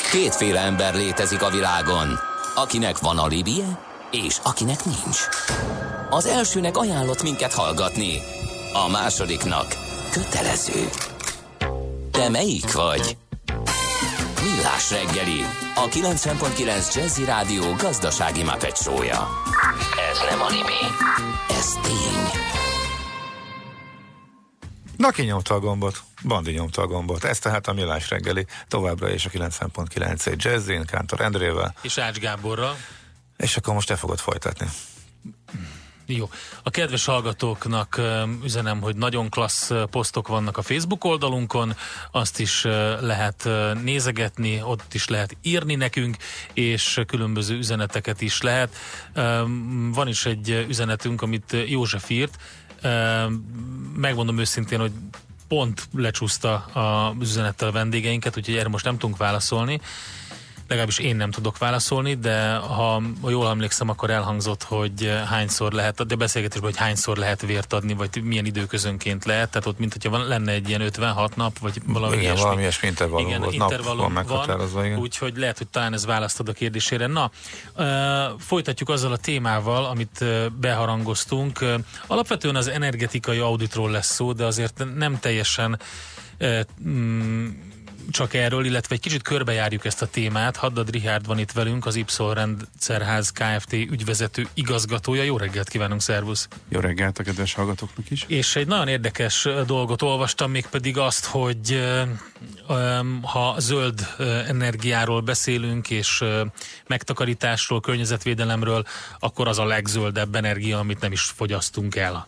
Kétféle ember létezik a világon, akinek van alibije, és akinek nincs. Az elsőnek ajánlott minket hallgatni, a másodiknak kötelező. Te melyik vagy? Millás reggeli, a 90.9 Jazzy Rádió gazdasági Muppet show-ja. Ez nem anime, ez tény. Na, ki nyomta a gombot? Bandi nyomta a gombot. Ez tehát a Millás reggeli, továbbra is a 90.9 Jazzin, Kántor Endrével. És Ács Gáborral. És akkor most te fogod folytatni. Jó. A kedves hallgatóknak üzenem, hogy nagyon klassz posztok vannak a Facebook oldalunkon, azt is lehet nézegetni, ott is lehet írni nekünk, és különböző üzeneteket is lehet. Van is egy üzenetünk, amit József írt. Megmondom őszintén, hogy pont lecsúszta az üzenettel a vendégeinket, úgyhogy erre most nem tudunk válaszolni. Legalábbis én nem tudok válaszolni, de ha jól emlékszem, akkor elhangzott, hogy hányszor lehet, de beszélgetésben, hogy hányszor lehet vért adni, vagy milyen időközönként lehet, tehát ott mint hogyha lenne egy ilyen 56 nap, vagy valami igen, ilyesmi. valami ilyesmi intervallum igen, volt, intervallum van meghatározva, igen. Úgyhogy lehet, hogy talán ez választod a kérdésére. Na, folytatjuk azzal a témával, amit beharangoztunk. Alapvetően az energetikai auditról lesz szó, de azért nem teljesen csak erről, illetve egy kicsit körbejárjuk ezt a témát. Haddad Richárd van itt velünk, az Y Rendszerház Kft. Ügyvezető igazgatója. Jó reggelt kívánunk, szervusz! Jó reggelt a kedves hallgatóknak is! És egy nagyon érdekes dolgot olvastam, mégpedig azt, hogy ha zöld energiáról beszélünk, és megtakarításról, környezetvédelemről, akkor az a legzöldebb energia, amit nem is fogyasztunk el.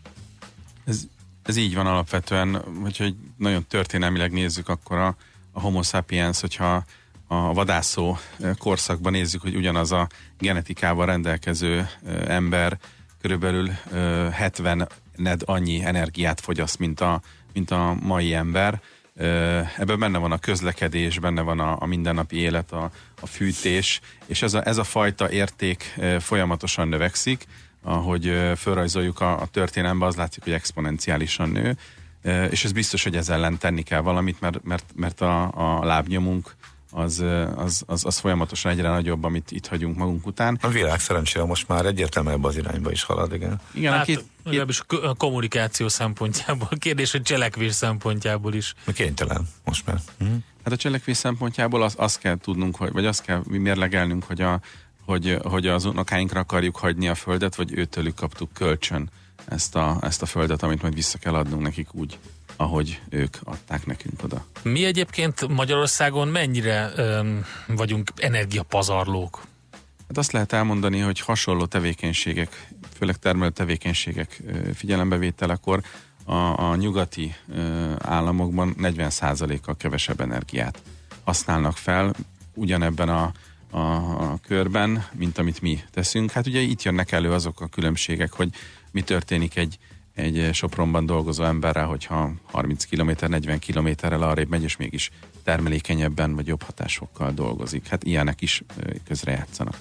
Ez így van alapvetően, hogy nagyon történelmileg nézzük, akkor a Homo sapiens, hogyha a vadászó korszakban nézzük, hogy ugyanaz a genetikával rendelkező ember körülbelül 70-ned annyi energiát fogyaszt, mint a mai ember. Ebben benne van a közlekedés, benne van a mindennapi élet, a fűtés, és ez a fajta érték folyamatosan növekszik. Ahogy felrajzoljuk a történelemben, az látszik, hogy exponenciálisan nő, és ez biztos, hogy ezzel ellen tenni kell valamit, mert a lábnyomunk az folyamatosan egyre nagyobb, amit itt hagyunk magunk után. A világ szerencsére most már egyértelműen az irányba is halad, igen. Igen, hát legalábbis a kommunikáció szempontjából, a kérdés, hogy cselekvés szempontjából is. Kénytelen most már. Hát a cselekvés szempontjából azt kell tudnunk, vagy azt kell mérlegelnünk, hogy az unokáinkra akarjuk hagyni a földet, vagy őtőlük kaptuk kölcsön ezt a földet, amit majd vissza kell adnunk nekik úgy, ahogy ők adták nekünk oda. Mi egyébként Magyarországon mennyire vagyunk energiapazarlók? Hát azt lehet elmondani, hogy hasonló tevékenységek, főleg termelő tevékenységek figyelembevételekor a nyugati államokban 40%-kal kevesebb energiát használnak fel ugyanebben a körben, mint amit mi teszünk. Hát ugye itt jönnek elő azok a különbségek, hogy mi történik egy Sopronban dolgozó emberrel, hogyha 30 km, 40 kilométerrel arrébb megy, és mégis termelékenyebben vagy jobb hatásokkal dolgozik. Hát ilyenek is közrejátszanak.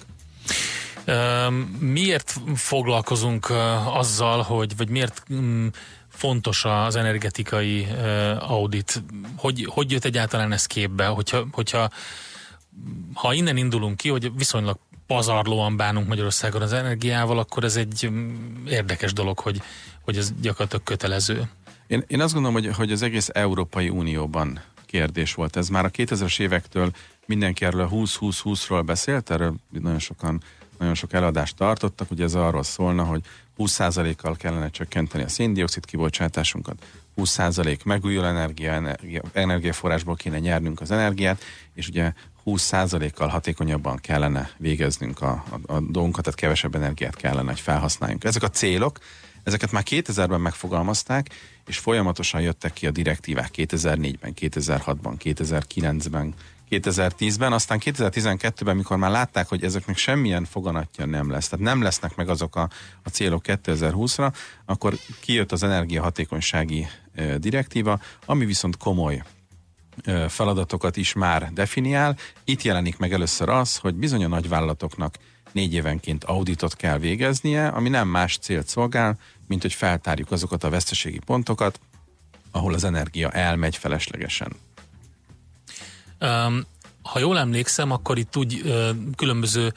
Miért foglalkozunk azzal, vagy miért fontos az energetikai audit? Hogy jött egyáltalán ez képbe? Ha innen indulunk ki, hogy viszonylag pazarlóan bánunk Magyarországon az energiával, akkor ez egy érdekes dolog, hogy ez gyakorlatilag kötelező. Én azt gondolom, hogy az egész Európai Unióban kérdés volt. Ez már a 2000-es évektől mindenki erről a 20-20-20-ról beszélt, erről nagyon sok eladást tartottak, ugye ez arról szólna, hogy 20%-kal kellene csökkenteni a széndioxid kibocsátásunkat, 20% megújuló energiaforrásból kéne nyernünk az energiát, és ugye 20%-kal hatékonyabban kellene végeznünk a dolgunkat, tehát kevesebb energiát kellene, hogy felhasználjunk. Ezek a célok, ezeket már 2000-ben megfogalmazták, és folyamatosan jöttek ki a direktívák 2004-ben, 2006-ban, 2009-ben, 2010-ben, aztán 2012-ben, mikor már látták, hogy ezeknek semmilyen foganatja nem lesz, tehát nem lesznek meg azok a célok 2020-ra, akkor kijött az energiahatékonysági direktíva, ami viszont komoly feladatokat is már definiál. Itt jelenik meg először az, hogy bizony a nagyvállalatoknak 4 évenként auditot kell végeznie, ami nem más célt szolgál, mint hogy feltárjuk azokat a veszteségi pontokat, ahol az energia elmegy feleslegesen. ha jól emlékszem, akkor itt úgy különböző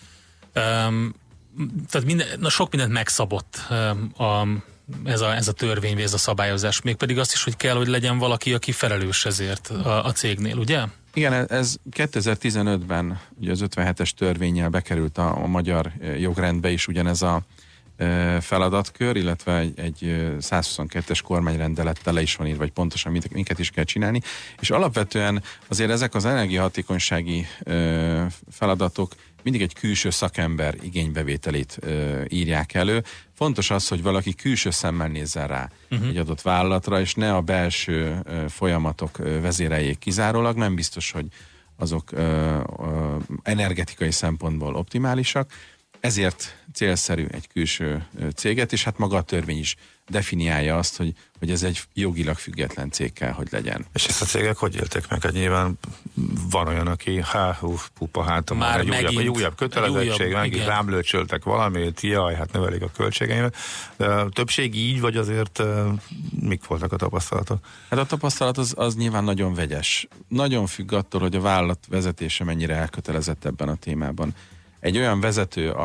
tehát sok mindent megszabott ez a törvény, vagy ez a szabályozás. Mégpedig azt is, hogy kell, hogy legyen valaki, aki felelős ezért a cégnél, ugye? Igen, ez 2015-ben ugye az 57-es törvénnyel bekerült a magyar jogrendbe is ugyanez a feladatkör, illetve egy 122-es kormányrendelettel le is van írva, vagy pontosan minket is kell csinálni, és alapvetően azért ezek az energiahatékonysági feladatok mindig egy külső szakember igénybevételét írják elő. Fontos az, hogy valaki külső szemmel nézzen rá egy adott vállalatra, és ne a belső folyamatok vezéreljék kizárólag. Nem biztos, hogy azok energetikai szempontból optimálisak. Ezért célszerű egy külső céget, és hát maga a törvény is definiálja azt, hogy ez egy jogilag független cég kell, hogy legyen. És ezt a cégek hogy élték meg? Hát nyilván van olyan, aki pupa hátam, már egy újabb kötelezettség, megint rám lőcsöltek valamit, jaj, hát növelik a követségeimet. De a többség így, vagy azért mik voltak a tapasztalatok? Hát a tapasztalat az nyilván nagyon vegyes. Nagyon függ attól, hogy a vállalat vezetése mennyire elkötelezett ebben a témában. Egy olyan vezető,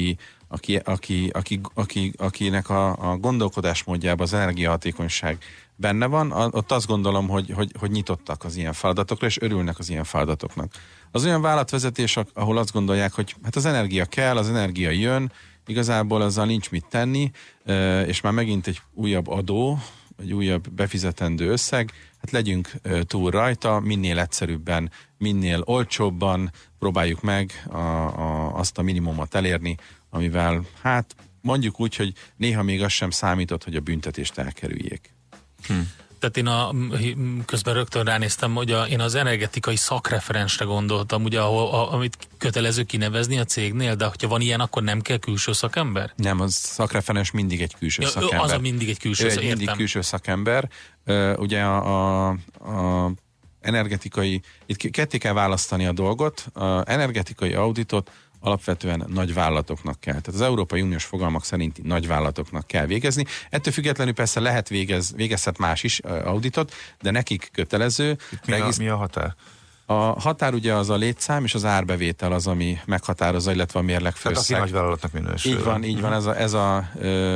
akinek a gondolkodásmódjában az energiahatékonyság benne van, ott azt gondolom, hogy nyitottak az ilyen feladatokra, és örülnek az ilyen feladatoknak. Az olyan vállalatvezetés, ahol azt gondolják, hogy hát az energia kell, az energia jön, igazából azzal nincs mit tenni, és már megint egy újabb adó, egy újabb befizetendő összeg, hát legyünk túl rajta, minél egyszerűbben, minél olcsóbban próbáljuk meg azt a minimumot elérni, amivel hát mondjuk úgy, hogy néha még az sem számított, hogy a büntetést elkerüljék. Tehát én közben rögtön ránéztem, hogy én az energetikai szakreferensre gondoltam, ugye, amit kötelező kinevezni a cégnél, de hogyha van ilyen, akkor nem kell külső szakember? Nem, az szakreferens mindig egy külső szakember. Az mindig egy külső szakember. Mindig külső szakember. Ugye a energetikai, itt ketté kell választani a dolgot, a energetikai auditot alapvetően nagyvállalatoknak kell. Tehát az Európai Uniós fogalmak szerinti nagyvállalatoknak kell végezni. Ettől függetlenül persze lehet végezhet más is auditot, de nekik kötelező. Mi a határ? A határ ugye az a létszám és az árbevétel az, ami meghatározza, illetve a mérlegfőszeg. Tehát aki nagyvállalatnak minősül. Így van, ez a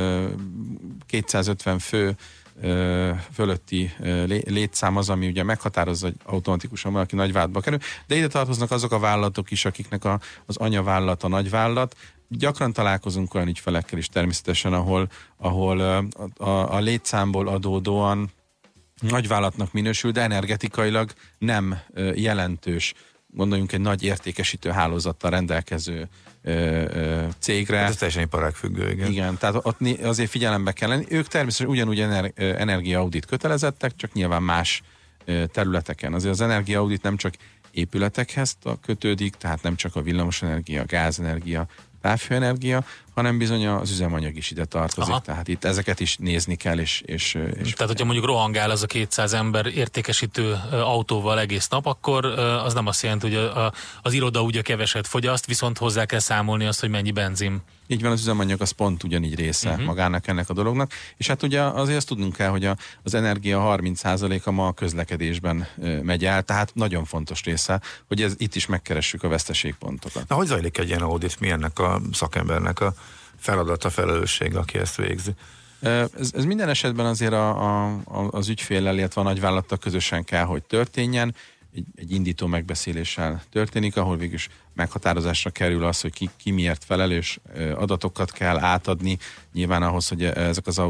250 fő fölötti létszám az, ami ugye meghatározza, hogy automatikusan valaki nagyvállalatba kerül, de ide tartoznak azok a vállalatok is, akiknek az anyavállalat a nagyvállalat. Gyakran találkozunk olyan ügyfelekkel is természetesen, ahol a létszámból adódóan nagyvállalatnak minősül, de energetikailag nem jelentős, gondoljunk egy nagy értékesítő hálózattal rendelkező cégre. Ez teljesen iparágfüggő, igen. Igen, tehát ott azért figyelembe kell lenni. Ők természetesen ugyanúgy energiaaudit kötelezettek, csak nyilván más területeken. Azért az energiaaudit nem csak épületekhez kötődik, tehát nem csak a villamosenergia, gázenergia, távhőenergia, hanem bizony az üzemanyag is ide tartozik. Aha. Tehát itt ezeket is nézni kell, és tehát, hogyha mondjuk rohangál az a 200 ember értékesítő autóval egész nap, akkor az nem azt jelenti, hogy az iroda ugye keveset fogyaszt, viszont hozzá kell számolni azt, hogy mennyi benzin. Így van, az üzemanyag az pont ugyanígy része magának ennek a dolognak, és hát ugye azért azt tudnunk kell, hogy az energia 30%-a ma a közlekedésben megy el, tehát nagyon fontos része, hogy itt is megkeressük a veszteségpontokat. Na, hogy zajlik egy ilyen audit? Mi ennek a szakembernek a feladata, felelősség, aki ezt végzi? Ez minden esetben azért az ügyféllel, illetve a nagyvállalattal közösen kell, hogy történjen. Egy indító megbeszéléssel történik, ahol végülis meghatározásra kerül az, hogy ki miért felelős, adatokat kell átadni, nyilván ahhoz, hogy ezek az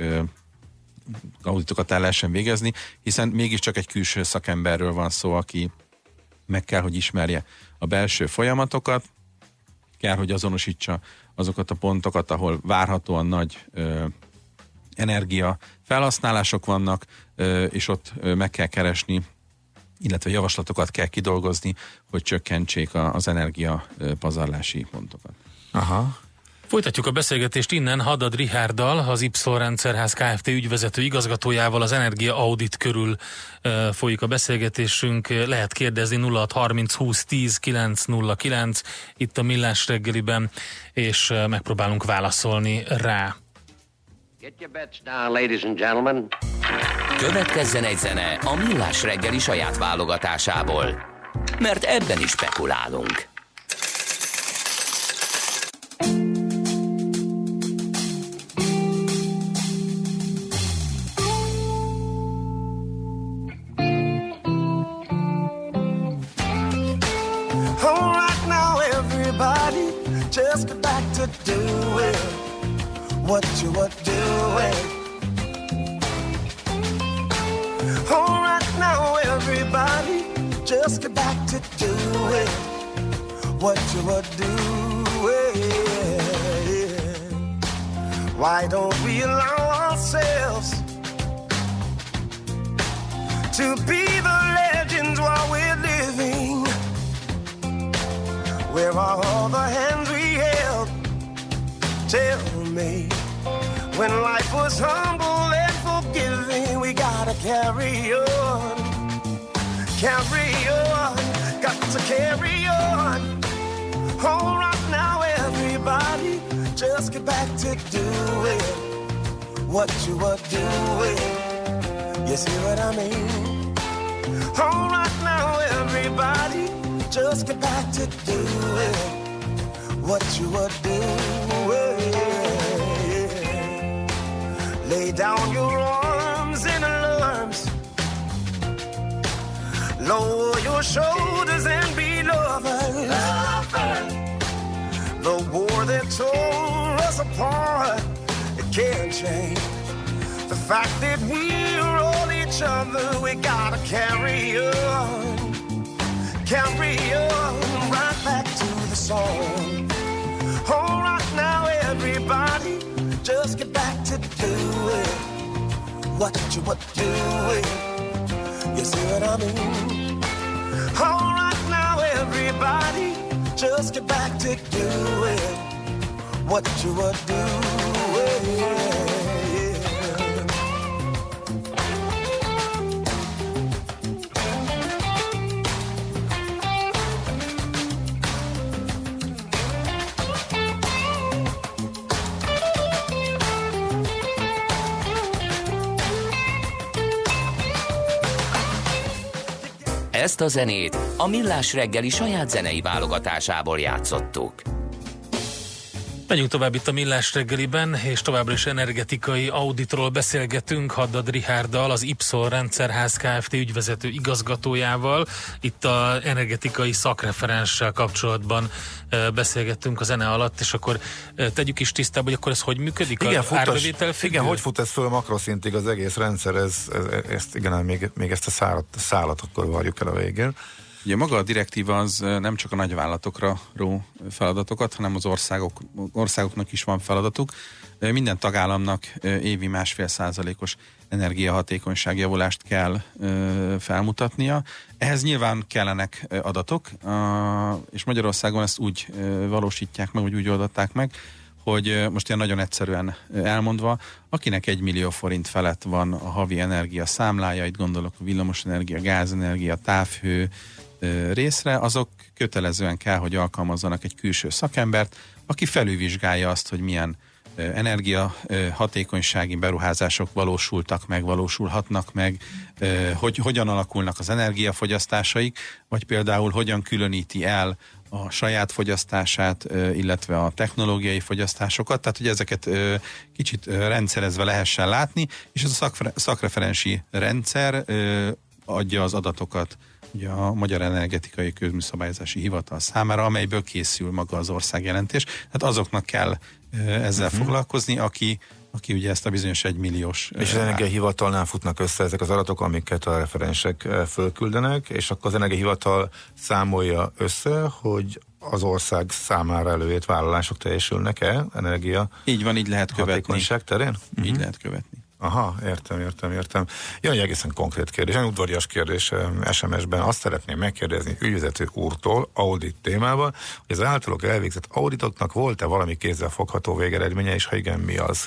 auditokat el lehessen végezni, hiszen mégiscsak egy külső szakemberről van szó, aki meg kell, hogy ismerje a belső folyamatokat, kell, hogy azonosítsa azokat a pontokat, ahol várhatóan nagy energia felhasználások vannak, és ott meg kell keresni, illetve javaslatokat kell kidolgozni, hogy csökkentsék az energia pazarlási pontokat. Aha. Folytatjuk a beszélgetést innen Haddad Richárddal, az Y-rendszerház Kft. Ügyvezető igazgatójával. Az energia audit körül folyik a beszélgetésünk. Lehet kérdezni 0630 20 10 909 itt a Millás reggeliben, és megpróbálunk válaszolni rá. Get your bets down, ladies and gentlemen. Következzen egy zene a Millás reggeli saját válogatásából. mert ebben is spekulálunk. Just get back to doing what you were doing. All right now, everybody, just get back to doing what you were doing. Why don't we allow ourselves to be the legends while we're living? Where are all the hands we held? Tell me, when life was humble and forgiving, we gotta carry on, got to carry on. All right now, everybody, just get back to doing what you were doing. You see what I mean? All right now, everybody, just get back to doing what you were doing. Lay down your arms in alarms, lower your shoulders and be lovers. The war that tore us apart, it can't change the fact that we're all each other. We gotta carry on, right back to the song. All right now, everybody, just get back to doing what you were doing. You see what I mean? All right now, everybody, just get back to doing what you were doing. Ezt a zenét a Millás reggeli saját zenei válogatásából játszottuk. Megyünk tovább itt a Millás reggeliben, és továbbra is energetikai auditról beszélgetünk Haddad Richárddal, az Ipsol Rendszerház Kft. Ügyvezető igazgatójával. Itt az energetikai szakreferenssel kapcsolatban beszélgettünk a zene alatt, és akkor tegyük is tisztába, hogy akkor ez hogy működik? Igen, igen, hogy fut ez föl makroszintig az egész rendszer, igen, még ezt a szálat akkor varjuk el a végén. Ugye maga a direktíva az nem csak a nagyvállalatokra ró feladatokat, hanem az országoknak is van feladatuk. Minden tagállamnak évi 1,5%-os energiahatékonyságjavulást kell felmutatnia. Ehhez nyilván kellenek adatok, és Magyarországon ezt úgy valósítják meg, vagy úgy oldották meg, hogy most ilyen nagyon egyszerűen elmondva, akinek 1 millió forint felett van a havi energia számlája, itt gondolok a villamosenergia, gázenergia, távhő részre, azok kötelezően kell, hogy alkalmazzanak egy külső szakembert, aki felülvizsgálja azt, hogy milyen energia hatékonysági beruházások valósultak meg, valósulhatnak meg, hogy hogyan alakulnak az energiafogyasztásaik, vagy például hogyan különíti el a saját fogyasztását, illetve a technológiai fogyasztásokat, tehát hogy ezeket kicsit rendszerezve lehessen látni, és ez a szakreferensi rendszer adja az adatokat ugye a Magyar Energetikai Közműszabályozási Hivatal számára, amelyből készül maga az országjelentés. Tehát azoknak kell ezzel foglalkozni, aki ugye ezt a bizonyos 1 milliós... És az Energiahivatalnál futnak össze ezek az adatok, amiket a referensek fölküldenek, és akkor az Energiahivatal számolja össze, hogy az ország számára előírt vállalások teljesülnek-e energia? Így van, így lehet követni. Hatékonyság terén? Így lehet követni. Aha, értem. Jön egy egészen konkrét kérdés, egy udvarias kérdés SMS-ben. Azt szeretném megkérdezni ügyvezető úrtól audit témában, hogy az általuk elvégzett auditoknak volt-e valami kézzelfogható végeredménye, és ha igen, mi az?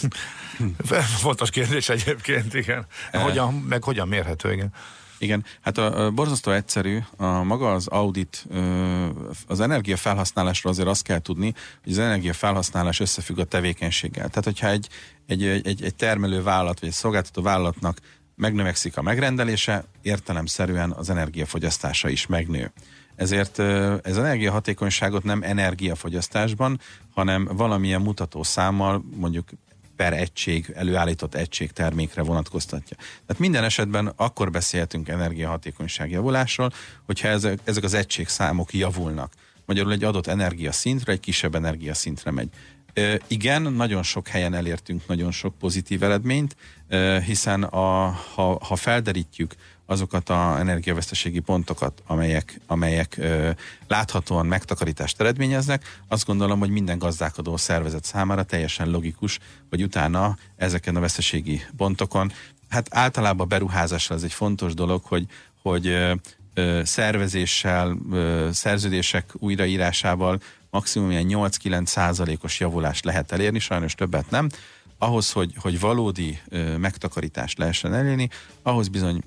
Fontos kérdés egyébként, igen. Hogyan mérhető, igen? Igen, hát a borzasztó egyszerű, maga az audit, az energiafelhasználásról azért azt kell tudni, hogy az energiafelhasználás összefügg a tevékenységgel. Tehát, hogyha egy termelő vállalat, vagy egy szolgáltató vállalatnak megnövekszik a megrendelése, értelemszerűen az energiafogyasztása is megnő. Ezért ez energiahatékonyságot nem energiafogyasztásban, hanem valamilyen mutatószámmal, mondjuk per egység, előállított egység termékre vonatkoztatja. Tehát minden esetben akkor beszélhetünk energiahatékonyság javulásról, hogyha ezek az egységszámok javulnak. Magyarul egy adott energiaszintre, egy kisebb energiaszintre megy. Igen, nagyon sok helyen elértünk nagyon sok pozitív eredményt, hiszen ha felderítjük azokat az energiaveszteségi pontokat, amelyek láthatóan megtakarítást eredményeznek, azt gondolom, hogy minden gazdálkodó szervezet számára teljesen logikus, hogy utána ezeken a veszteségi pontokon, hát általában beruházással ez egy fontos dolog, hogy szervezéssel, szerződések újraírásával maximum ilyen 8-9% javulást lehet elérni, sajnos többet nem. Ahhoz, hogy valódi megtakarítást lehessen elérni, ahhoz bizony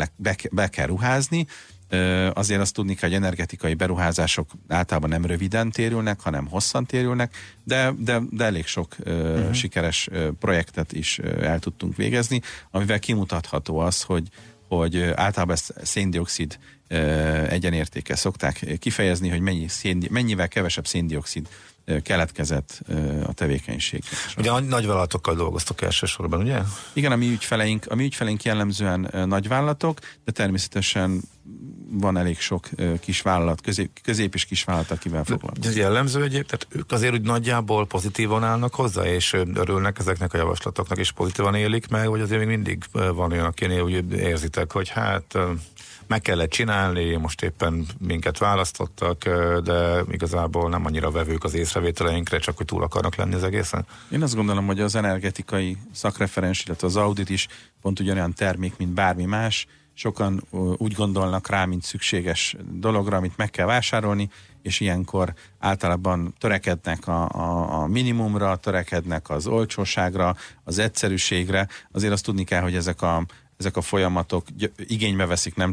be kell ruházni. Azért azt tudni kell, hogy energetikai beruházások általában nem röviden térülnek, hanem hosszan térülnek, de elég sok sikeres projektet is el tudtunk végezni, amivel kimutatható az, hogy általában ezt széndioxid egyenértékkel szokták kifejezni, hogy mennyivel kevesebb széndioxid keletkezett a tevékenység. Ugye a nagyvállalatokkal dolgoztok elsősorban, ugye? Igen, a mi ügyfeleink jellemzően nagyvállalatok, de természetesen van elég sok kisvállalat, közép és kisvállalat, akivel foglalkozunk. Ez jellemző egyébként, tehát ők azért úgy nagyjából pozitívan állnak hozzá, és örülnek ezeknek a javaslatoknak, és pozitívan élik meg, vagy azért még mindig van olyan, akinél úgy érzitek, hogy hát meg kellett csinálni, most éppen minket választottak, de igazából nem annyira vevők az észrevételeinkre, csak hogy túl akarnak lenni az egészen. Én azt gondolom, hogy az energetikai szakreferens, illetve az audit is pont ugyanolyan termék, mint bármi más. Sokan úgy gondolnak rá, mint szükséges dologra, amit meg kell vásárolni, és ilyenkor általában törekednek a minimumra, törekednek az olcsóságra, az egyszerűségre. Azért azt tudni kell, hogy ezek a folyamatok igénybe veszik nem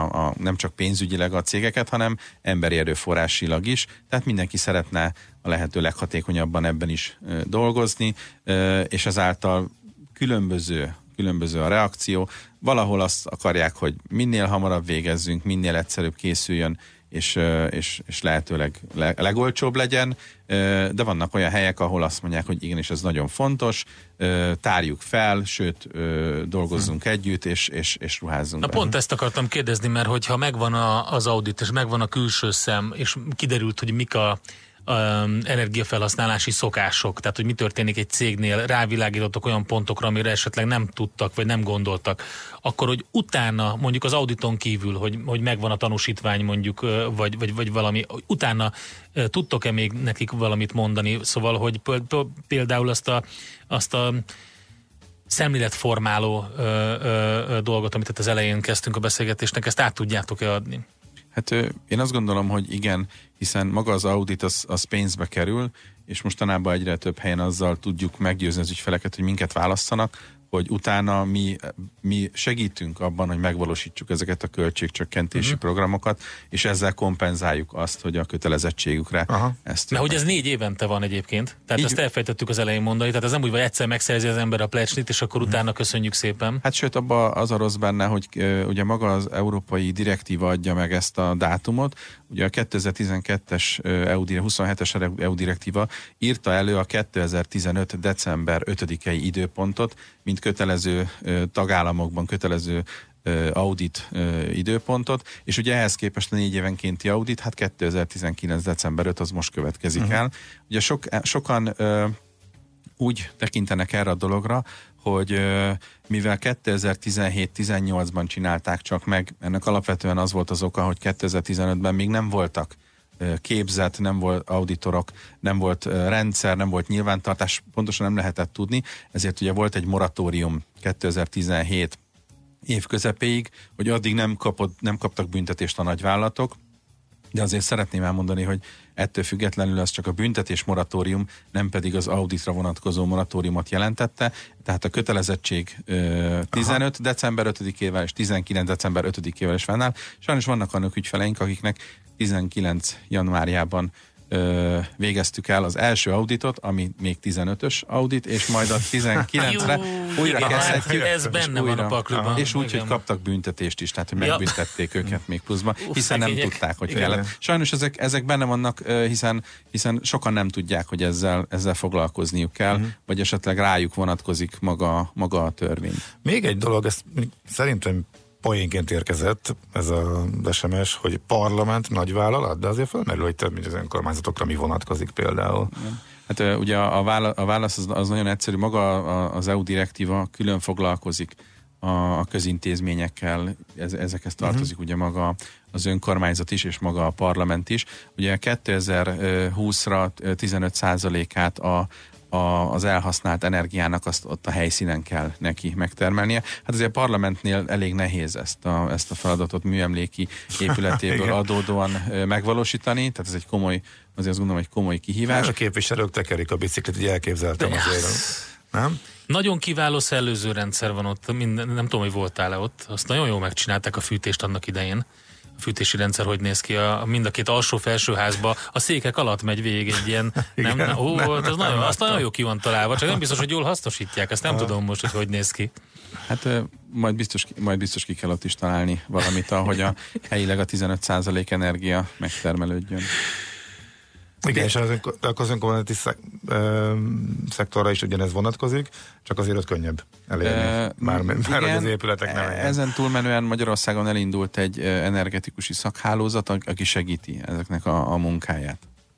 csak pénzügyileg a cégeket, hanem emberi erőforrásilag is. Tehát mindenki szeretne a lehető leghatékonyabban ebben is dolgozni, és ezáltal különböző a reakció. Valahol azt akarják, hogy minél hamarabb végezzünk, minél egyszerűbb készüljön, és lehetőleg legolcsóbb legyen, de vannak olyan helyek, ahol azt mondják, hogy igenis ez nagyon fontos, tárjuk fel, sőt, dolgozzunk együtt, és ruházzunk. Na pont ezt akartam kérdezni, mert hogyha megvan az audit, és megvan a külső szem, és kiderült, hogy mik a energiafelhasználási szokások, tehát hogy mi történik egy cégnél, rávilágítottak olyan pontokra, amire esetleg nem tudtak, vagy nem gondoltak, akkor, hogy utána, mondjuk az auditon kívül, hogy megvan a tanúsítvány mondjuk, vagy valami, utána tudtok-e még nekik valamit mondani, szóval, hogy például azt a szemléletformáló dolgot, amit az elején kezdtünk a beszélgetésnek, ezt át tudjátok-e adni? Hát én azt gondolom, hogy igen, hiszen maga az audit az pénzbe kerül, és mostanában egyre több helyen azzal tudjuk meggyőzni az ügyfeleket, hogy minket válasszanak, hogy utána mi segítünk abban, hogy megvalósítsuk ezeket a költségcsökkentési programokat, és ezzel kompenzáljuk azt, hogy a kötelezettségükre ezt... Mert hogy ez 4 évente van egyébként, tehát ezt elfejtettük az elején mondani, tehát ez nem úgy, hogy egyszer megszerzi az ember a plecsnit, és akkor utána köszönjük szépen. Hát sőt, abban az a rossz benne, hogy ugye maga az európai direktíva adja meg ezt a dátumot, ugye a 2012-es 27-es EU direktíva írta elő a 2015. december 5-i időpontot, mint kötelező tagállamokban kötelező audit időpontot, és ugye ehhez képest a 4 évenkénti audit, hát 2019. december 5 az most következik el. Ugye sokan úgy tekintenek erre a dologra, hogy mivel 2017-18-ban csinálták csak meg, ennek alapvetően az volt az oka, hogy 2015-ben még nem voltak képzett, nem volt auditorok, nem volt rendszer, nem volt nyilvántartás, pontosan nem lehetett tudni, ezért ugye volt egy moratórium 2017 év közepéig, hogy addig nem kaptak büntetést a nagyvállalatok, de azért szeretném elmondani, hogy ettől függetlenül az csak a büntetés moratórium, nem pedig az auditra vonatkozó moratóriumot jelentette, tehát a kötelezettség 15. december 5-ével és 19. december 5-ével is fennáll. Sajnos vannak annak ügyfeleink, akiknek 19 januárjában végeztük el az első auditot, ami még 15-ös audit, és majd a 19-re újra kezdhetjük. Ez benne van a pakliban. És úgy, hogy kaptak büntetést is, tehát hogy megbüntették őket még pluszban, hiszen nem tudták, hogy kellett. Sajnos ezek benne vannak, hiszen sokan nem tudják, hogy ezzel foglalkozniuk kell, vagy esetleg rájuk vonatkozik maga a törvény. Még egy dolog, ez szerintem poénként érkezett ez a SMS, hogy parlament nagyvállalat, de azért felmerül, hogy több mint az önkormányzatokra mi vonatkozik például. Hát ugye a válasz az nagyon egyszerű, maga az EU direktíva külön foglalkozik a közintézményekkel, ezekhez tartozik ugye maga az önkormányzat is, és maga a parlament is. Ugye 2020-ra 15%-át az elhasznált energiának azt ott a helyszínen kell neki megtermelnie. Hát azért a parlamentnél elég nehéz ezt a feladatot műemléki épületéből adódóan megvalósítani, tehát ez egy komoly, azért azt gondolom, egy komoly kihívás. A képviselők tekerik a biciklit, így elképzeltem azért. Nem? Nagyon kiváló szellőző rendszer van ott, nem tudom, hogy voltál-e ott, azt nagyon jól megcsinálták a fűtést annak idején. A fűtési rendszer hogy néz ki, mind a két alsó-felső házba, a székek alatt megy végig egy ilyen, azt nagyon jó ki van találva, csak nem biztos, hogy jól hasznosítják, azt nem tudom most, hogy néz ki. Hát majd biztos ki kell ott is találni valamit, ahogy helyileg a 15% energia megtermelődjön. Igen, és az önkormányzati szektorra is ugyanez vonatkozik, csak azért ott könnyebb elérni. Már hogy az épületek nem elég. Ezen túlmenően Magyarországon elindult egy energetikusi szakhálózat, aki segíti ezeknek a munkáját.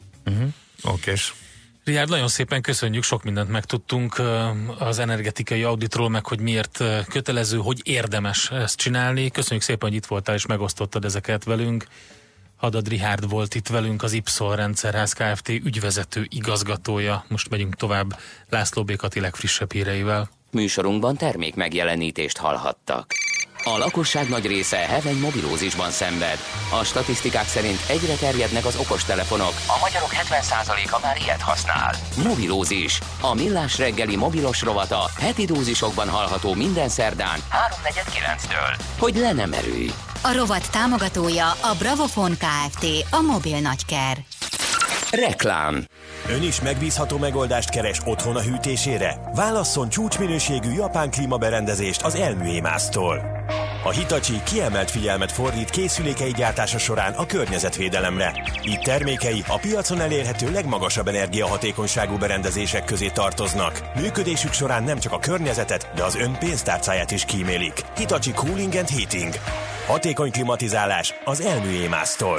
Okés. Richárd, nagyon szépen köszönjük, sok mindent megtudtunk az energetikai auditról, meg hogy miért kötelező, hogy érdemes ezt csinálni. Köszönjük szépen, hogy itt voltál és megosztottad ezeket velünk. Hadad Richárd volt itt velünk, az Ipsol Rendszerház Kft. Ügyvezető igazgatója. Most megyünk tovább László B. Kati legfrissebb híreivel. Műsorunkban termék megjelenítést hallhattak. A lakosság nagy része heveny mobilózisban szenved. A statisztikák szerint egyre terjednek az okostelefonok. A magyarok 70%-a már ilyet használ. Mobilózis. A Millás reggeli mobilos rovata heti dózisokban hallható minden szerdán 3:49-től. Hogy le nem erőj. A rovat támogatója a Bravofon Kft. A mobil nagyker. Reklám. Ön is megbízható megoldást keres otthon a hűtésére? Válasszon csúcsminőségű japán klímaberendezést az Elműémásztól. A Hitachi kiemelt figyelmet fordít készülékei gyártása során a környezetvédelemre. Így termékei a piacon elérhető legmagasabb energiahatékonyságú berendezések közé tartoznak. Működésük során nem csak a környezetet, de az ön pénztárcáját is kímélik. Hitachi Cooling and Heating. Hatékony klimatizálás az Elműémásztól.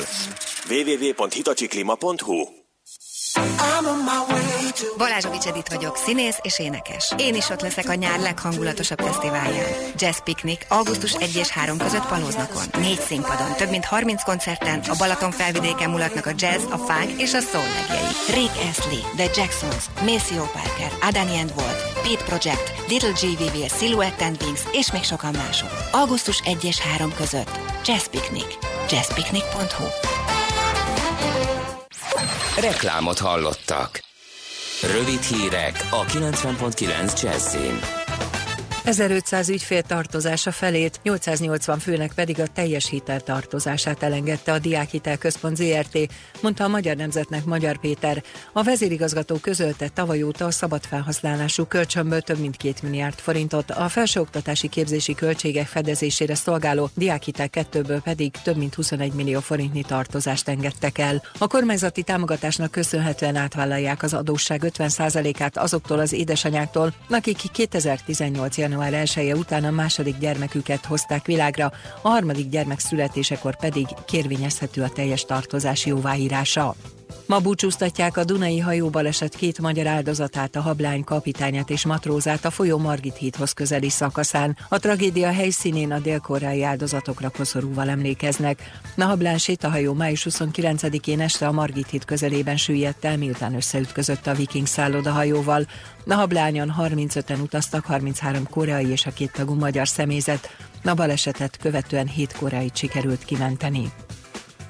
www.hitachiclima.hu. Balázsovics Edith vagyok, színész és énekes. Én is ott leszek a nyár leghangulatosabb fesztiválján. Jazz Picnic augusztus 1 és 3 között Palóznakon. 4 színpadon, több mint 30 koncerten a Balaton felvidéken mulatnak a jazz, a funk és a soul legjei. Rick Astley, The Jacksons, Maceo Parker, Adani and Walt, Pete Project, Little G. Vivier, Silhouette and Wings és még sokan mások. Augusztus 1 és 3 között. Jazz Picnic. jazzpicnic.hu. Reklámot hallottak. Rövid hírek a 90.9 Jazzin. 1500 ügyfél tartozása felét, 880 főnek pedig a teljes hitel tartozását elengedte a Diákhitel Központ ZRT, mondta a Magyar Nemzetnek Magyar Péter. A vezérigazgató közölte, tavaly óta a szabad felhasználású kölcsönből több mint 2 milliárd forintot, a felsőoktatási képzési költségek fedezésére szolgáló Diákhitel 2-ből pedig több mint 21 millió forintnyi tartozást engedtek el. A kormányzati támogatásnak köszönhetően átvállalják az adósság 50%-át azoktól az édesanyáktól, akik 2018 január 1-e után a második gyermeküket hozták világra, a harmadik gyermek születésekor pedig kérvényezhető a teljes tartozás jóváírása. Ma búcsúztatják a Dunai hajóbaleset 2 magyar áldozatát, a Hablány kapitányát és matrózát a folyó Margit hídhoz közeli szakaszán. A tragédia helyszínén a dél-koreai áldozatokra koszorúval emlékeznek. A Hablány sétahajó május 29-én este a Margit híd közelében süllyedt el, miután összeütközött a Viking szállodahajóval. A Hablányon 35-en utaztak, 33 koreai és a 2 tagú magyar személyzet. A balesetet követően 7 koreait sikerült kimenteni.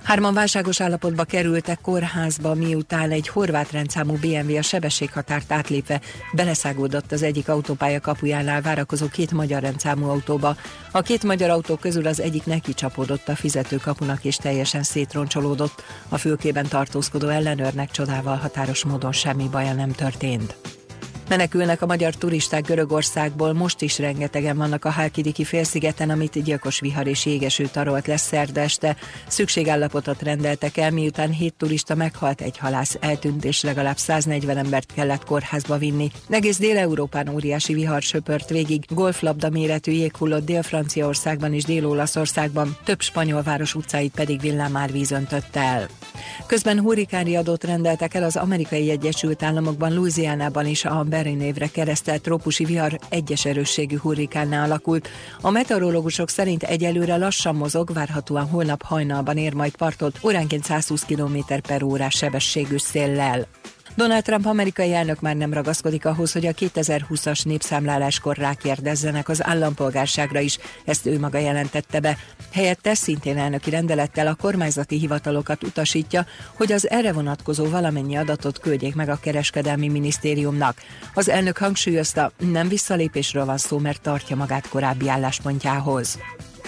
3 válságos állapotba kerültek kórházba, miután egy horvát rendszámú BMW a sebességhatárt átlépve beleszágódott az egyik autópálya kapujánál várakozó 2 magyar rendszámú autóba. A 2 magyar autó közül az egyik neki csapódott a fizetőkapunak és teljesen szétroncsolódott. A fülkében tartózkodó ellenőrnek csodával határos módon semmi baja nem történt. Menekülnek a magyar turisták Görögországból, most is rengetegen vannak a Halkidiki félszigeten, amit gyilkos vihar és jégeső tarolt lesz szerda este. Szükségállapotot rendeltek el, miután 7 turista meghalt, egy halász eltűnt, és legalább 140 embert kellett kórházba vinni. Egész Dél-Európán óriási vihar söpört végig, golflabda méretű jég hullott Dél-Franciaországban és Dél-Olaszországban, több spanyol város utcáit pedig villámárvíz öntötte el. Közben hurrikánriadót rendeltek el az Amerikai Egyesült Államokban, Louisianában is. A Barry névre keresztelt trópusi vihar egyes erősségű hurrikánná alakult. A meteorológusok szerint egyelőre lassan mozog, várhatóan holnap hajnalban ér majd partot óránként 120 km/h sebességű széllel. Donald Trump amerikai elnök már nem ragaszkodik ahhoz, hogy a 2020-as népszámláláskor rákérdezzenek az állampolgárságra is, ezt ő maga jelentette be. Helyette szintén elnöki rendelettel a kormányzati hivatalokat utasítja, hogy az erre vonatkozó valamennyi adatot küldjék meg a kereskedelmi minisztériumnak. Az elnök hangsúlyozta, nem visszalépésről van szó, mert tartja magát korábbi álláspontjához.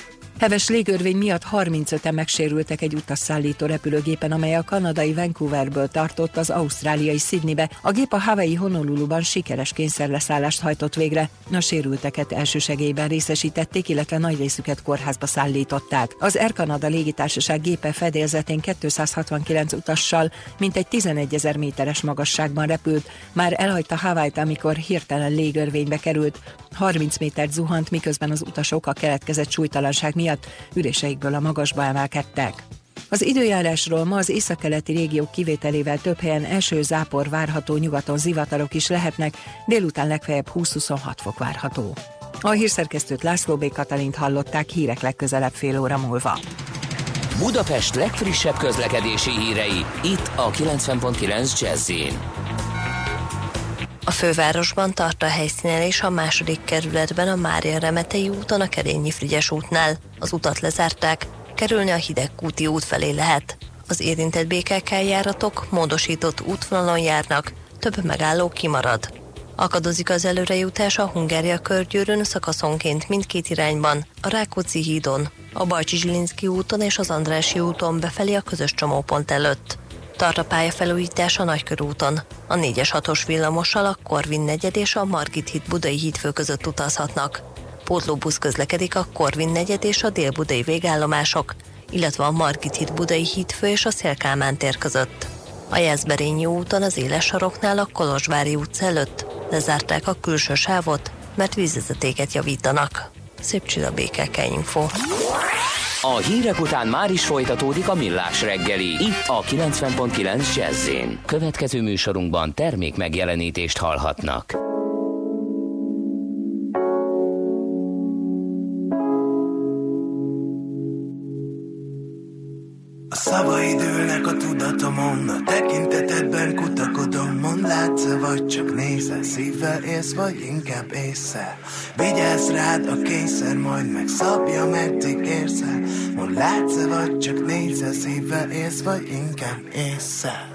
Heves légörvény miatt 35-en megsérültek egy utasszállító repülőgépen, amely a kanadai Vancouverből tartott az ausztráliai Sydneybe. A gép a Hawaii Honoluluban sikeres kényszerleszállást hajtott végre. A sérülteket elsősegélyben részesítették, illetve nagy részüket kórházba szállították. Az Air Canada légitársaság gépe fedélzetén 269 utassal mintegy 11 000 méteres magasságban repült. Már elhagyta Hawaiit, amikor hirtelen légörvénybe került. 30 métert zuhant, miközben az utasok a keletkezett súlytalanság miatt üléseikből a magasba emelkedtek. Az időjárásról: ma az északkeleti régiók kivételével több helyen eső, zápor várható, nyugaton zivatarok is lehetnek, délután legfeljebb 20-26 fok várható. A hírszerkesztőt, László B. Katalint hallották, hírek legközelebb fél óra múlva. Budapest legfrissebb közlekedési hírei, itt a 90.9 Jazz-in. A fővárosban tart a helyszínelés a 2. kerületben, a Mária-Remetei úton, a Kerényi-Frigyes útnál. Az utat lezárták, kerülni a Hidegkúti út felé lehet. Az érintett BKK járatok módosított útvonalon járnak, több megálló kimarad. Akadozik az előrejutás a Hungária körgyűrűn szakaszonként mindkét irányban, a Rákóczi hídon, a Bajcsy-Zsilinszky úton és az Andrássy úton befelé a közös csomópont előtt. Tart a pályafelújítás a Nagykörúton. A 4-es 6-os villamossal a Korvin negyed és a Margit híd Budai hídfő között utazhatnak. Pótlóbusz közlekedik a Korvin negyed és a Dél-Budai végállomások, illetve a Margit híd Budai hídfő és a Széll-Kálmán tér között. A Jászberényi úton az éles saroknál a Kolozsvári utca előtt lezárták a külső sávot, mert vízvezetéket javítanak. Szép Csilla, BKK Info. A hírek után már is folytatódik a Millás reggeli, itt a 90.9 Jazz-in. Következő műsorunkban termék megjelenítést hallhatnak. A szavaid ülnek a tudatomon, a tekintetedben kutakodom. Mondd, látsz-e, vagy csak nézel, szívvel élsz, vagy inkább ésszel. Vigyázz rád a kényszer, majd megszabja, meddig érzel. Mondd, látsz-e, vagy csak nézel, szívvel élsz, vagy inkább ésszel.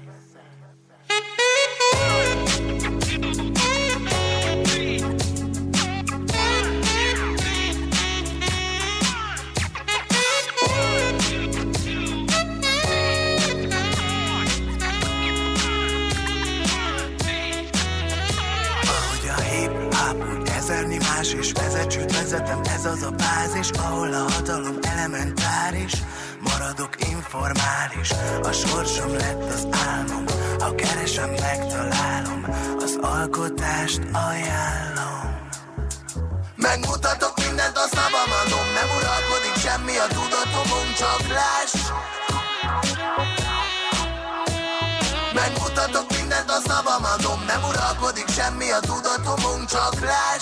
És vezetőt vezetem, ez az a bázis, ahol a hatalom elementáris, maradok informális. A sorsom lett az álmom, ha keresem, megtalálom, az alkotást ajánlom. Megmutatok mindent, a szavam adom, nem uralkodik semmi a tudatomon, csak láss. Megmutatok mindent, a szavam adom, nem uralkodik semmi a tudatomon, csak láss.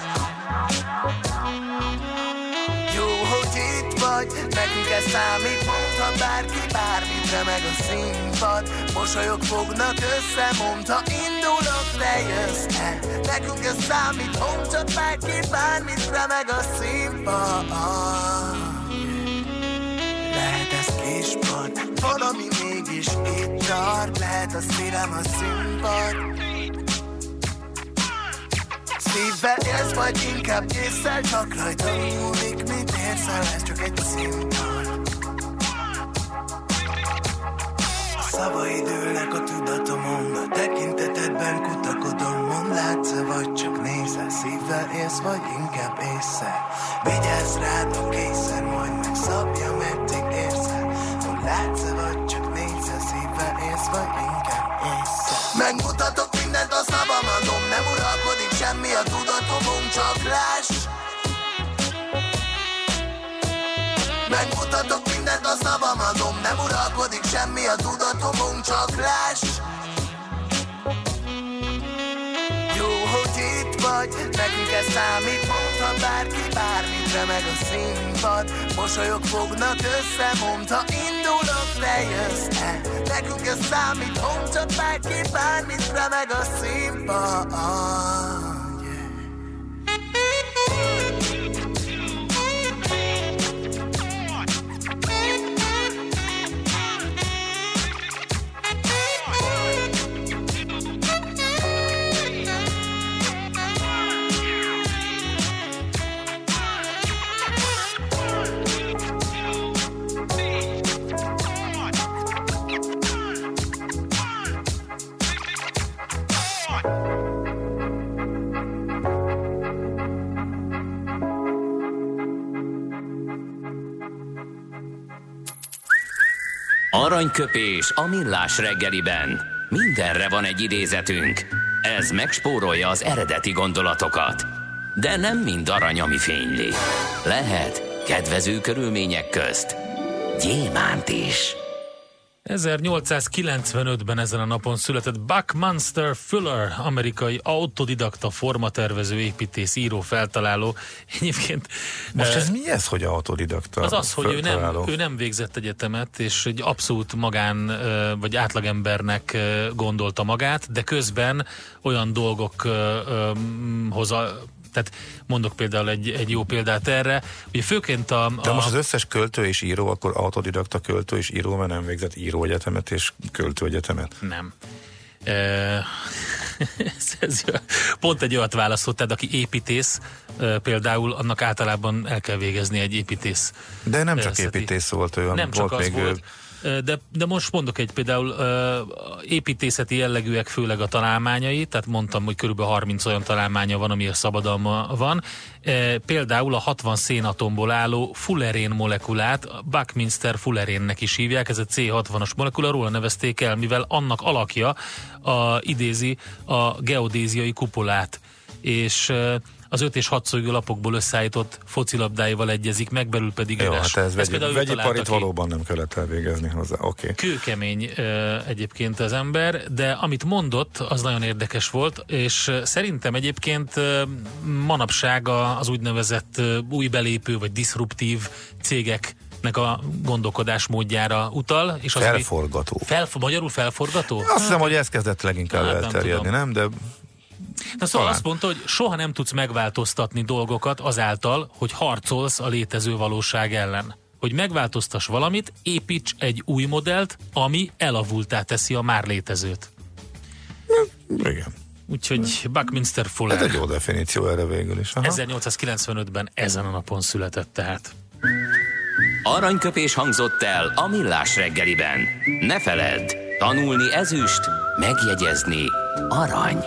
Jó, hogy itt vagy, nekünk ez számít, mondta bárki, bármit remeg a színpad. Mosolyok fognak össze, mondta indulok, te jössz el. Nekünk ez számít, mondta bárki, bármit remeg a színpad. Lehet ez kis van, ami mégis itt tart. Lehet a szívem a színpad. Szívvel élsz, vagy inkább észszel, csak rajta múlik, mint érszel, ez csak egy színpad. A szavaid ülnek a tudatomon, a tekintetedben kutakodom, mondd, látsz-e, vagy csak nézel, szívvel élsz, vagy inkább észszel. Vigyázz rád, ha készen, majd megszabja, meddig érzel, mondd, látsz-e, vagy csak nézel, szívvel élsz, vagy inkább észszel. Megmutatok mindent, a szabamadom, nem uralkodik semmi a tudatomon, csak láss. Megmutatok mindent, a szabamadom, nem uralkodik semmi a tudatomon, csak láss. Jó, hogy itt vagy, nekünk ez számít, mondta bárki, bármit, remeg a színpad. Mosolyok fognak össze, mondta indulok, te jössz el. Nekünk ez számít, mondta bárki, bármit, remeg a színpad. Aranyköpés a millás reggeliben. Mindenre van egy idézetünk. Ez megspórolja az eredeti gondolatokat. De nem mind arany, ami fényli. Lehet kedvező körülmények közt gyémánt is. 1895-ben ezen a napon született Buckminster Fuller, amerikai autodidakta, formatervező, építész, író, feltaláló. Egyébként... Most ez mi ez, hogy autodidakta? Az, hogy ő nem végzett egyetemet, és egy abszolút magán, vagy átlagembernek gondolta magát, de közben olyan dolgokhoz... Tehát mondok például egy jó példát erre, ugye főként De most az összes költő és író, akkor autodidakta költő és író, mert nem végzett íróegyetemet és költőegyetemet? Nem. Pont egy olyat válaszolt, tehát aki építész, például annak általában el kell végezni egy építész. De nem csak építész volt, olyan nem csak volt az még... Volt. De most mondok egy például építészeti jellegűek főleg a találmányai, tehát mondtam, hogy körülbelül 30 olyan találmánya van, amiért szabadalma van. Például a 60 szénatomból álló fullerén molekulát Buckminster fullerénnek is hívják, ez a C60-as molekula, róla nevezték el, mivel annak alakja idézi a geodéziai kupolát, és az 5 és 6 szögű lapokból összeállított focilabdáival egyezik meg, belül pedig üres. Hát ez vegyiparit valóban nem kellett elvégezni hozzá, oké. Kőkemény egyébként az ember, de amit mondott, az nagyon érdekes volt, és szerintem egyébként manapság az úgynevezett új belépő vagy diszruptív cégeknek a gondolkodásmódjára utal. És az felforgató. Magyarul felforgató? Azt hiszem, hogy ez kezdett leginkább elterjedni, nem? De... Na szóval azt mondta, hogy soha nem tudsz megváltoztatni dolgokat azáltal, hogy harcolsz a létező valóság ellen. Hogy megváltoztass valamit, építs egy új modellt, ami elavulttá teszi a már létezőt. Igen. Úgyhogy Buckminster Fuller. Ez egy jó definíció erre végül is. Aha. 1895-ben ezen a napon született tehát. Aranyköpés hangzott el a millás reggeliben. Ne feledd, tanulni ezüst, megjegyezni arany.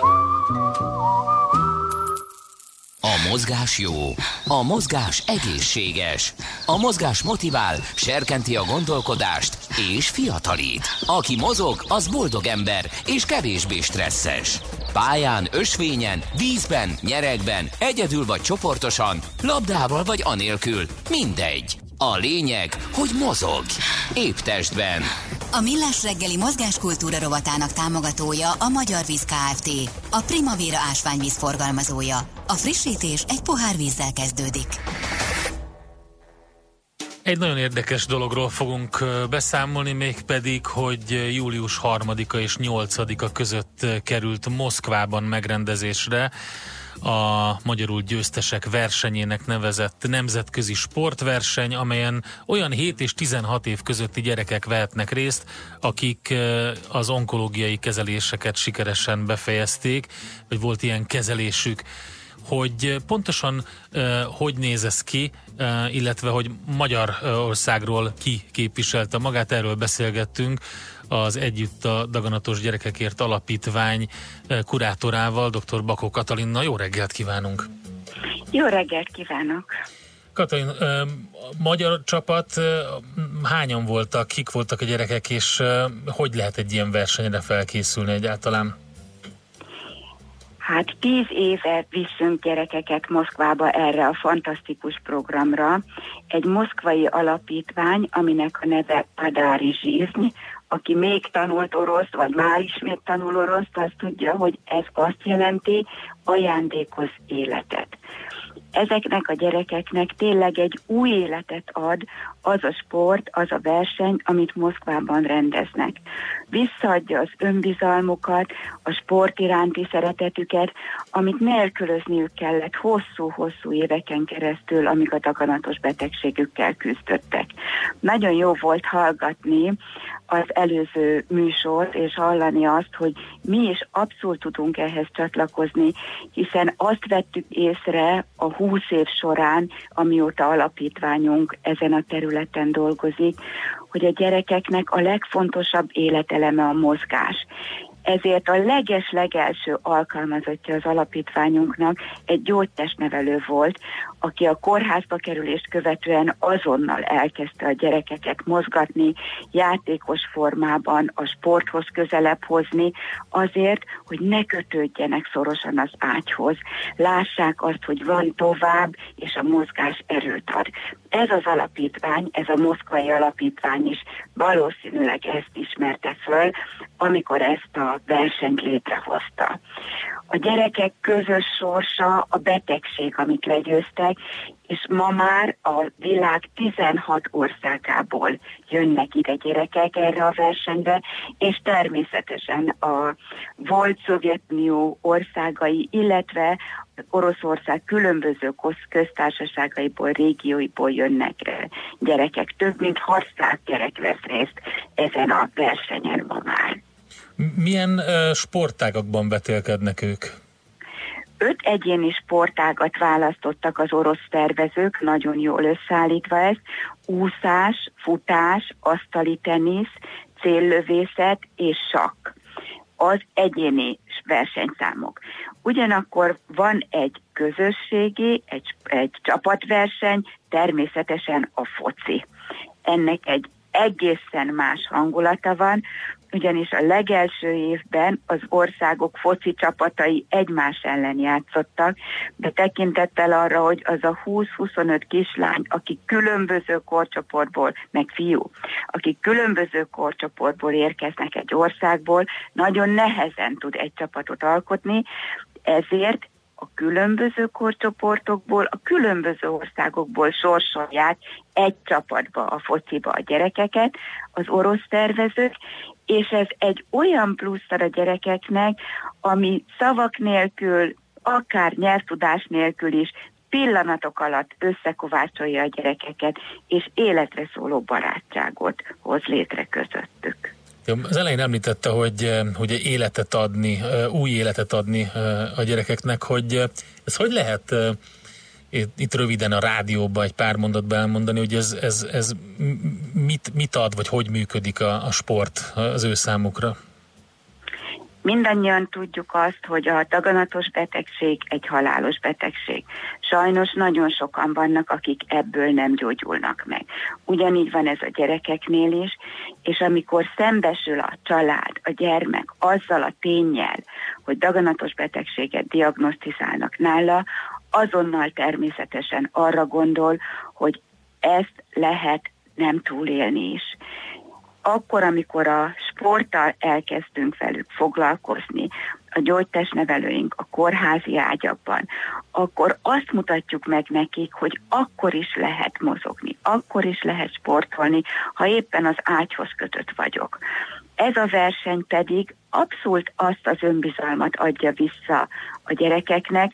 A mozgás jó, a mozgás egészséges, a mozgás motivál, serkenti a gondolkodást és fiatalít. Aki mozog, az boldog ember és kevésbé stresszes. Pályán, ösvényen, vízben, nyeregben, egyedül vagy csoportosan, labdával vagy anélkül, mindegy. A lényeg, hogy mozog. Épp testben. A Millás reggeli mozgáskultúra rovatának támogatója a Magyar Víz Kft. A Primavera ásványvíz forgalmazója. A frissítés egy pohár vízzel kezdődik. Egy nagyon érdekes dologról fogunk beszámolni, mégpedig, hogy július 3-a és 8-a között került Moszkvában megrendezésre a magyarul győztesek versenyének nevezett nemzetközi sportverseny, amelyen olyan 7 és 16 év közötti gyerekek vehetnek részt, akik az onkológiai kezeléseket sikeresen befejezték, vagy volt ilyen kezelésük. Hogy pontosan hogy néz ez ki, illetve hogy Magyarországról ki képviselte magát, erről beszélgettünk az Együtt a Daganatos Gyerekekért Alapítvány kurátorával, dr. Bakó Katalina. Jó reggelt kívánunk! Jó reggelt kívánok! Katalin, magyar csapat, hányan voltak, kik voltak a gyerekek, és hogy lehet egy ilyen versenyre felkészülni egyáltalán? Hát 10 éve viszünk gyerekeket Moszkvába erre a fantasztikus programra. Egy moszkvai alapítvány, aminek a neve Padári Zsizny. Aki még tanult oroszt, vagy már ismét tanul oroszt, az tudja, hogy ez azt jelenti, ajándékoz életet. Ezeknek a gyerekeknek tényleg egy új életet ad az a sport, az a verseny, amit Moszkvában rendeznek. Visszaadja az önbizalmukat, a sport iránti szeretetüket, amit nélkülözniük kellett hosszú-hosszú éveken keresztül, amíg a daganatos betegségükkel küzdöttek. Nagyon jó volt hallgatni az előző műsort, és hallani azt, hogy mi is abszolút tudunk ehhez csatlakozni, hiszen azt vettük észre a 20 év során, amióta alapítványunk ezen a területen dolgozik, hogy a gyerekeknek a legfontosabb életeleme a mozgás. Ezért a legelső alkalmazottja az alapítványunknak egy gyógytestnevelő volt, aki a kórházba kerülést követően azonnal elkezdte a gyerekeket mozgatni, játékos formában a sporthoz közelebb hozni, azért, hogy ne kötődjenek szorosan az ágyhoz. Lássák azt, hogy van tovább, és a mozgás erőt ad. Ez az alapítvány, ez a moszkvai alapítvány is valószínűleg ezt ismerte föl, amikor ezt a versenyt létrehozta. A gyerekek közös sorsa a betegség, amit legyőztek, és ma már a világ 16 országából jönnek ide gyerekek erre a versenyre, és természetesen a volt Szovjetunió országai, illetve Oroszország különböző köztársaságaiból, régióiból jönnek gyerekek. Több mint 600 gyerek vesz részt ezen a versenyen ma már. Milyen sportágakban vetélkednek ők? 5 egyéni sportágat választottak az orosz tervezők, nagyon jól összeállítva ezt: úszás, futás, asztali tenisz, céllövészet és sakk. Az egyéni versenyszámok. Ugyanakkor van egy közösségi, egy csapatverseny, természetesen a foci. Ennek egy egészen más hangulata van, ugyanis a legelső évben az országok foci csapatai egymás ellen játszottak, de tekintettel arra, hogy az a 20-25 kislány, akik különböző korcsoportból, meg fiú, akik különböző korcsoportból érkeznek egy országból, nagyon nehezen tud egy csapatot alkotni, ezért a különböző korcsoportokból, a különböző országokból sorsolják egy csapatba a fociba a gyerekeket, az orosz tervezők, és ez egy olyan plusz a gyerekeknek, ami szavak nélkül, akár nyelvtudás nélkül is pillanatok alatt összekovácsolja a gyerekeket, és életre szóló barátságot hoz létre közöttük. Az elején említette, hogy életet adni, új életet adni a gyerekeknek, hogy ez hogy lehet itt röviden a rádióban egy pár mondatban elmondani, hogy ez mit ad, vagy hogy működik a sport az ő számukra? Mindannyian tudjuk azt, hogy a daganatos betegség egy halálos betegség. Sajnos nagyon sokan vannak, akik ebből nem gyógyulnak meg. Ugyanígy van ez a gyerekeknél is, és amikor szembesül a család, a gyermek azzal a ténnyel, hogy daganatos betegséget diagnosztizálnak nála, azonnal természetesen arra gondol, hogy ezt lehet nem túlélni is. Akkor, amikor a sporttal elkezdtünk velük foglalkozni, a gyógytestnevelőink a kórházi ágyakban, akkor azt mutatjuk meg nekik, hogy akkor is lehet mozogni, akkor is lehet sportolni, ha éppen az ágyhoz kötött vagyok. Ez a verseny pedig abszolút azt az önbizalmat adja vissza a gyerekeknek,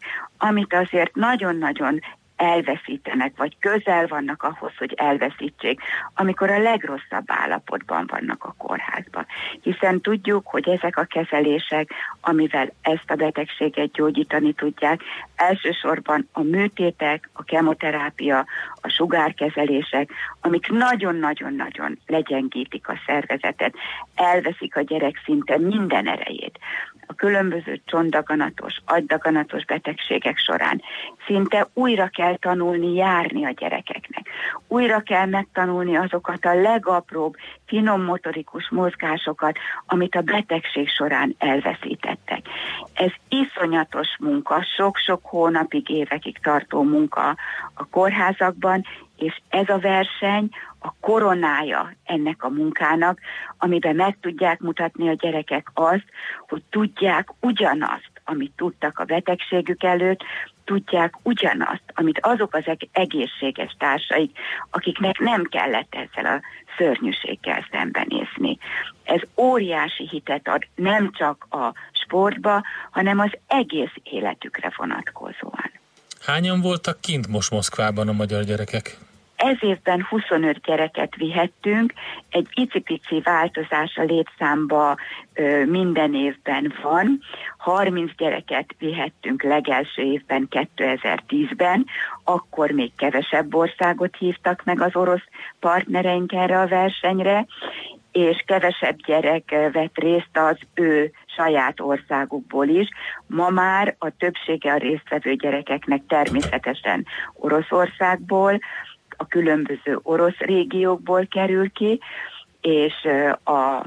amit azért nagyon-nagyon elveszítenek, vagy közel vannak ahhoz, hogy elveszítsék, amikor a legrosszabb állapotban vannak a kórházban. Hiszen tudjuk, hogy ezek a kezelések, amivel ezt a betegséget gyógyítani tudják, elsősorban a műtétek, a kemoterápia, a sugárkezelések, amik nagyon-nagyon-nagyon legyengítik a szervezetet, elveszik a gyerek szinte minden erejét. A különböző csontdaganatos, agydaganatos betegségek során szinte újra kell tanulni járni a gyerekeknek. Újra kell megtanulni azokat a legapróbb, finom motorikus mozgásokat, amit a betegség során elveszítettek. Ez iszonyatos munka, sok-sok hónapig, évekig tartó munka a kórházakban, és ez a verseny a koronája ennek a munkának, amiben meg tudják mutatni a gyerekek azt, hogy tudják ugyanazt, amit tudtak a betegségük előtt, tudják ugyanazt, amit azok az egészséges társaik, akiknek nem kellett ezzel a szörnyűséggel szembenézni. Ez óriási hitet ad nem csak a sportba, hanem az egész életükre vonatkozóan. Hányan voltak kint most Moszkvában a magyar gyerekek? Ez évben 25 gyereket vihettünk, egy icipici változás a létszámba minden évben van. 30 gyereket vihettünk legelső évben, 2010-ben, akkor még kevesebb országot hívtak meg az orosz partnereink erre a versenyre, és kevesebb gyerek vett részt az ő saját országukból is. Ma már a többsége a résztvevő gyerekeknek természetesen Oroszországból, a különböző orosz régiókból kerül ki, és az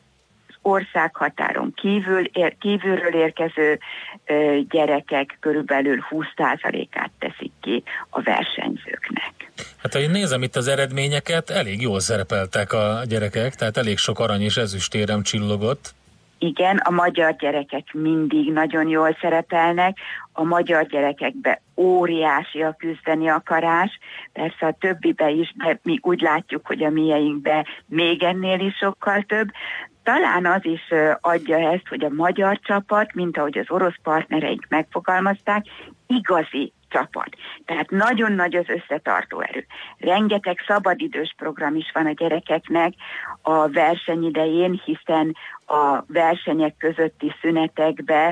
országhatáron kívülről érkező gyerekek körülbelül 20%-át teszik ki a versenyzőknek. Hát ha én nézem itt az eredményeket, elég jól szerepeltek a gyerekek, tehát elég sok arany és ezüstérem csillogott. Igen, a magyar gyerekek mindig nagyon jól szerepelnek, a magyar gyerekekbe óriási a küzdeni akarás, persze a többibe is, de mi úgy látjuk, hogy a mieinkbe még ennél is sokkal több. Talán az is adja ezt, hogy a magyar csapat, mint ahogy az orosz partnereink megfogalmazták, igazi csapat. Tehát nagyon nagy az összetartó erő. Rengeteg szabadidős program is van a gyerekeknek a verseny idején, hiszen a versenyek közötti szünetekbe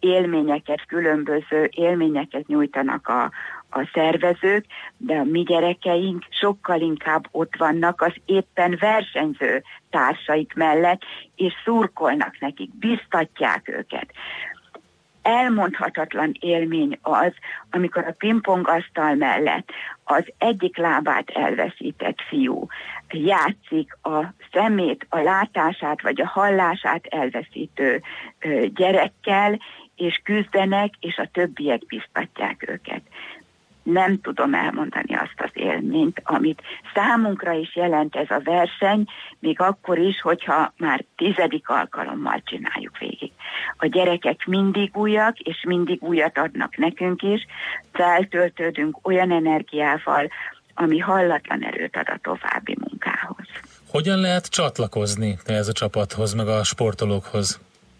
különböző élményeket nyújtanak a szervezők, de a mi gyerekeink sokkal inkább ott vannak az éppen versenyző társaik mellett, és szurkolnak nekik, biztatják őket. Elmondhatatlan élmény az, amikor a pingpongasztal mellett az egyik lábát elveszített fiú játszik a szemét, a látását vagy a hallását elveszítő gyerekkel, és küzdenek, és a többiek biztatják őket. Nem tudom elmondani azt az élményt, amit számunkra is jelent ez a verseny, még akkor is, hogyha már 10. alkalommal csináljuk végig. A gyerekek mindig újak, és mindig újat adnak nekünk is, feltöltődünk olyan energiával, ami hallatlan erőt ad a további munkához. Hogyan lehet csatlakozni ehhez a csapathoz, meg a sportolókhoz?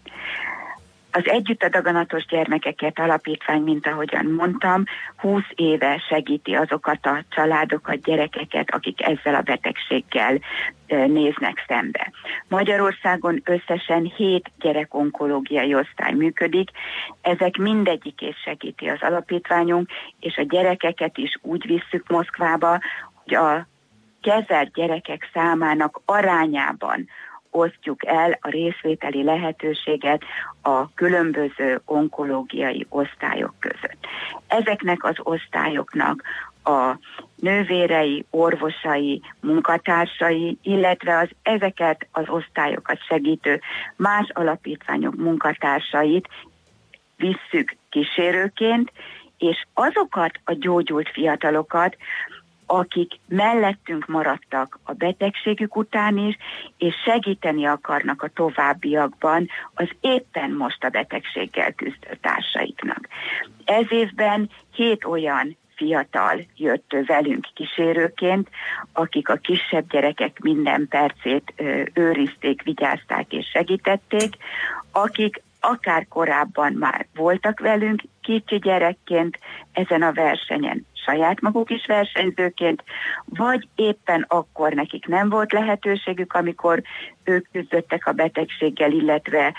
Az Együtt a daganatos gyermekeket alapítvány, mint ahogyan mondtam, 20 éve segíti azokat a családokat, gyerekeket, akik ezzel a betegséggel néznek szembe. Magyarországon összesen 7 gyerekonkológiai osztály működik, ezek mindegyikét segíti az alapítványunk, és a gyerekeket is úgy visszük Moszkvába, hogy a kezelt gyerekek számának arányában osztjuk el a részvételi lehetőséget a különböző onkológiai osztályok között. Ezeknek az osztályoknak a nővérei, orvosai, munkatársai, illetve ezeket az osztályokat segítő más alapítványok munkatársait visszük kísérőként, és azokat a gyógyult fiatalokat, akik mellettünk maradtak a betegségük után is, és segíteni akarnak a továbbiakban az éppen most a betegséggel küzdő társaiknak. Ez évben 7 olyan fiatal jött velünk kísérőként, akik a kisebb gyerekek minden percét őrizték, vigyázták és segítették, akik akár korábban már voltak velünk kicsi gyerekként ezen a versenyen, saját maguk is versenyzőként, vagy éppen akkor nekik nem volt lehetőségük, amikor ők küzdöttek a betegséggel, illetve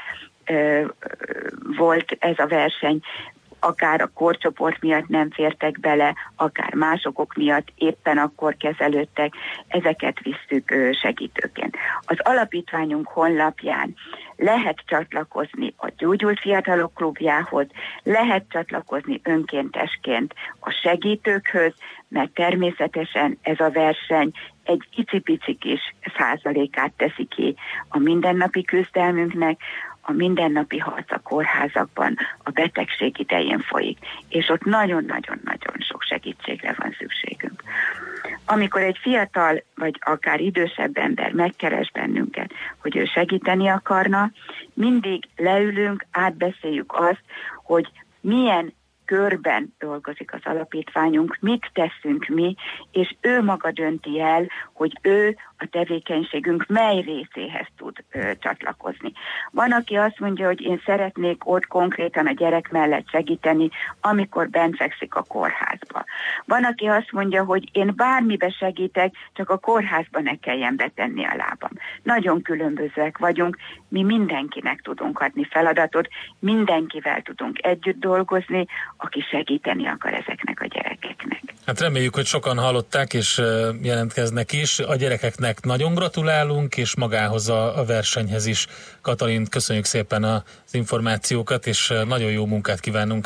volt ez a verseny, akár a korcsoport miatt nem fértek bele, akár más okok miatt éppen akkor kezelődtek, ezeket visszük segítőként. Az alapítványunk honlapján lehet csatlakozni a Gyógyult Fiatalok Klubjához, lehet csatlakozni önkéntesként a segítőkhöz, mert természetesen ez a verseny egy icipici kis százalékát teszi ki a mindennapi küzdelmünknek, a mindennapi harc a kórházakban a betegség idején folyik, és ott nagyon-nagyon-nagyon sok segítségre van szükségünk. Amikor egy fiatal, vagy akár idősebb ember megkeres bennünket, hogy ő segíteni akarna, mindig leülünk, átbeszéljük azt, hogy milyen körben dolgozik az alapítványunk, mit teszünk mi, és ő maga dönti el, hogy ő a tevékenységünk mely részéhez tud csatlakozni. Van, aki azt mondja, hogy én szeretnék ott konkrétan a gyerek mellett segíteni, amikor bent fekszik a kórházba. Van, aki azt mondja, hogy én bármibe segítek, csak a kórházba ne kelljen betenni a lábam. Nagyon különbözőek vagyunk, mi mindenkinek tudunk adni feladatot, mindenkivel tudunk együtt dolgozni, aki segíteni akar ezeknek a gyerekeknek. Hát reméljük, hogy sokan hallották és jelentkeznek is. A gyerekeknek nagyon gratulálunk, és magához a versenyhez is. Katalin, köszönjük szépen az információkat, és nagyon jó munkát kívánunk.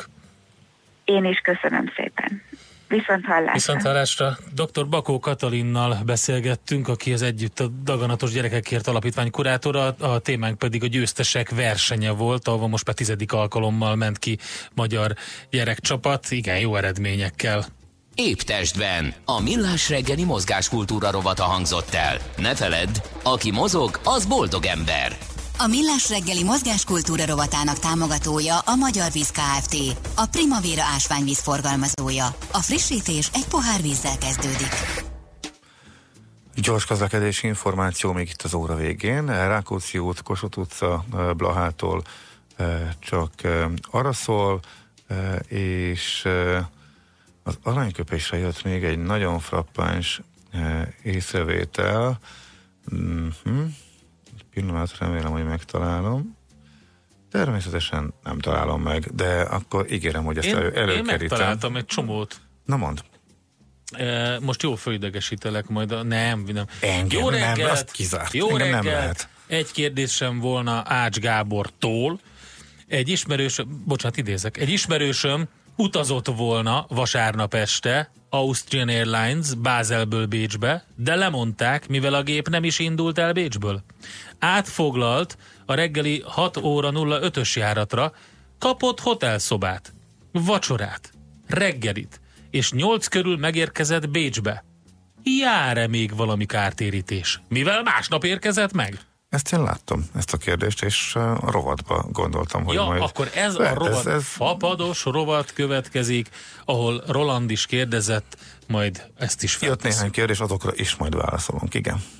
Én is köszönöm szépen. Viszonthallásra. Viszonthallásra. Dr. Bakó Katalinnal beszélgettünk, aki az Együtt a Daganatos Gyerekekért Alapítvány kurátora, a témánk pedig a győztesek versenye volt, ahol most már 10. alkalommal ment ki magyar gyerekcsapat, igen, jó eredményekkel. Épp testben a Millás reggeli mozgáskultúra rovata hangzott el. Ne feledd, aki mozog, az boldog ember. A Millás reggeli mozgáskultúra rovatának támogatója a Magyar Víz Kft. A Primavera ásványvíz forgalmazója. A frissítés egy pohár vízzel kezdődik. Gyors közlekedési információ még itt az óra végén. Rákóczi út, Kossuth utca, Blahától csak arra szól, és az aranyköpésre jött még egy nagyon frappáns észrevétel. Pillanat, remélem, hogy megtalálom. Természetesen nem találom meg, de akkor ígérem, hogy ezt előkerítem. Én megtaláltam egy csomót. Na mondd. Most jól fölidegesítelek majd. Nem. Engem jó reggelt, nem, azt kizárt. Jó engem reggelt. Nem lehet. Egy kérdésem volna Ács Gábortól. Egy ismerősöm utazott volna vasárnap este Austrian Airlines Bázelből Bécsbe, de lemondták, mivel a gép nem is indult el Bécsből. Átfoglalt a reggeli 6 óra 05-ös járatra, kapott hotelszobát, vacsorát, reggelit, és 8 körül megérkezett Bécsbe. Jár-e még valami kártérítés? Mivel másnap érkezett meg? Ezt én láttam, ezt a kérdést, és a rovatba gondoltam, hogy majd... akkor ez a rovat, fapados rovat következik, ahol Roland is kérdezett, majd ezt is felteszünk. Jött néhány kérdés, azokra is majd válaszolunk, igen.